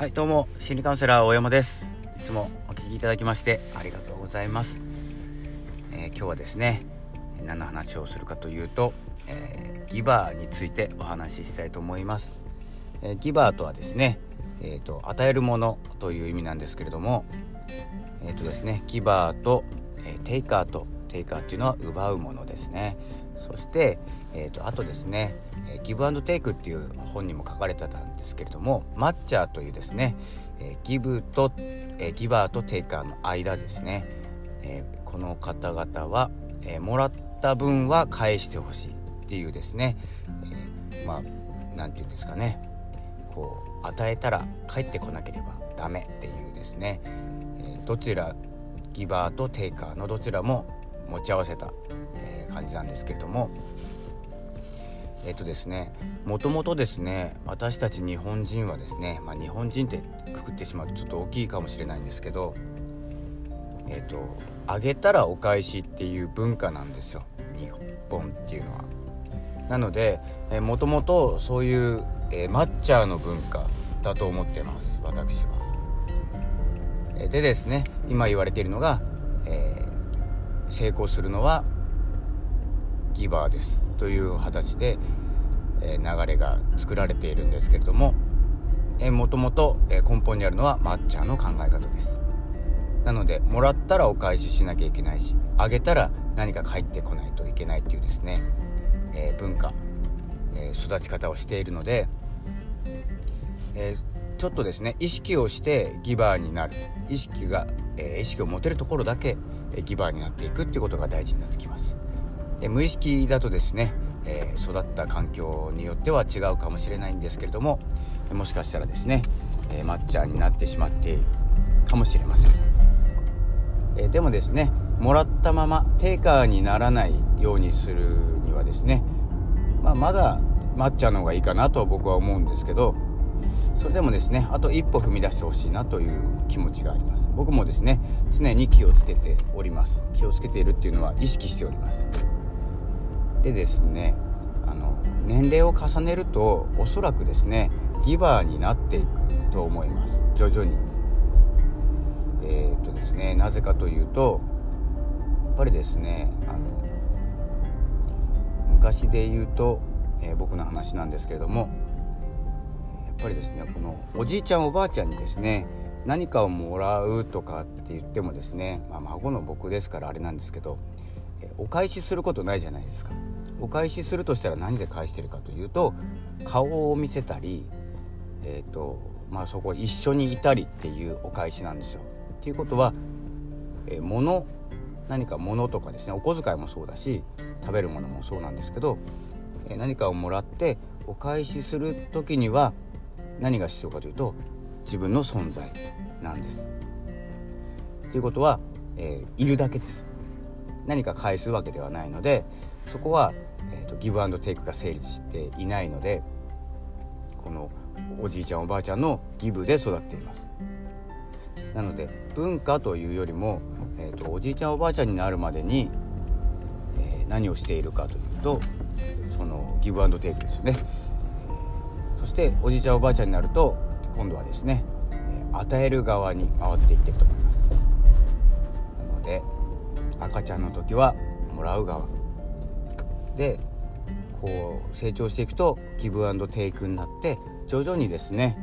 はい、どうも心理カウンセラー大山です。いつもお聞きいただきましてありがとうございます。今日はですね、何の話をするかというと、ギバーについてお話ししたいと思います。ギバーとはですね、与えるものという意味なんですけれども、ですね、ギバーと、テイカーっていうのは奪うものですね。そして、あとですね、ギブアンドテイクっていう本にも書かれてたんですけれども、マッチャーというですね、ギバーとテイカーの間ですね、この方々は、もらった分は返してほしいっていうですね、なんていうんですかね、こう与えたら返ってこなければダメっていうですね、どちらギバーとテイカーのどちらも持ち合わせた、感じなんですけれども、ですね、もともとですね、私たち日本人はですね、日本人ってくくってしまうとちょっと大きいかもしれないんですけど、あげたらお返しっていう文化なんですよ、日本っていうのは。なのでもともとそういう、マッチャーの文化だと思ってます、私は。でですね、今言われているのが、成功するのはギバーですという形で、流れが作られているんですけれども、もともと根本にあるのはマッチャーの考え方です。なのでもらったらお返ししなきゃいけないし、あげたら何か返ってこないといけないというですね、文化、育ち方をしているので、ちょっとですね、意識をしてギバーになる、意識を持てるところだけギバーになっていくっていうことが大事になってきます。無意識だとですね、育った環境によっては違うかもしれないんですけれども、もしかしたらですね、マッチャーになってしまっているかもしれません。でもですね、もらったままテイカーにならないようにするにはですね、まだマッチャーの方がいいかなと僕は思うんですけど、それでもですね、あと一歩踏み出してほしいなという気持ちがあります。僕もですね、常に気をつけております。気をつけているっていうのは意識しております。でですね、年齢を重ねるとおそらくですね、ギバーになっていくと思います、徐々に。ですね、なぜかというと、やっぱりですね、昔で言うと、僕の話なんですけれども、やっぱりですね、このおじいちゃんおばあちゃんにですね、何かをもらうとかって言ってもですね、孫の僕ですからあれなんですけど、お返しすることないじゃないですか。お返しするとしたら何で返してるかというと、顔を見せたり、そこ一緒にいたりっていうお返しなんですよ。っていうことは、何か物とかですね、お小遣いもそうだし食べるものもそうなんですけど、何かをもらってお返しする時には何が必要かというと、自分の存在なんです。ということは、いるだけです。何か返すわけではないので、そこは、ギブアンドテイクが成立していないので、このおじいちゃんおばあちゃんのギブで育っています。なので文化というよりも、おじいちゃんおばあちゃんになるまでに、何をしているかというと、そのギブアンドテイクですよね。そしておじいちゃんおばあちゃんになると、今度はですね、与える側に回っていってると思います。なので赤ちゃんの時はもらう側で、こう成長していくとギブアンドテイクになって、徐々にですね、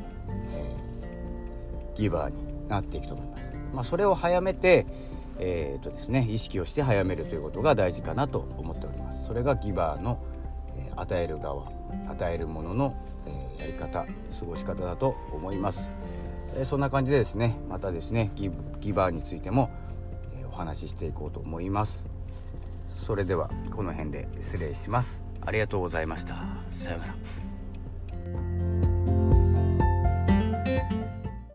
ギバーになっていくと思います。それを早めて、ですね、意識をして早めるということが大事かなと思っております。それがギバーの、与える側、与えるものの、やり方、過ごし方だと思います。そんな感じでですね、またですね、ギバーについても、お話ししていこうと思います。それではこの辺で失礼します。ありがとうございました。さようなら。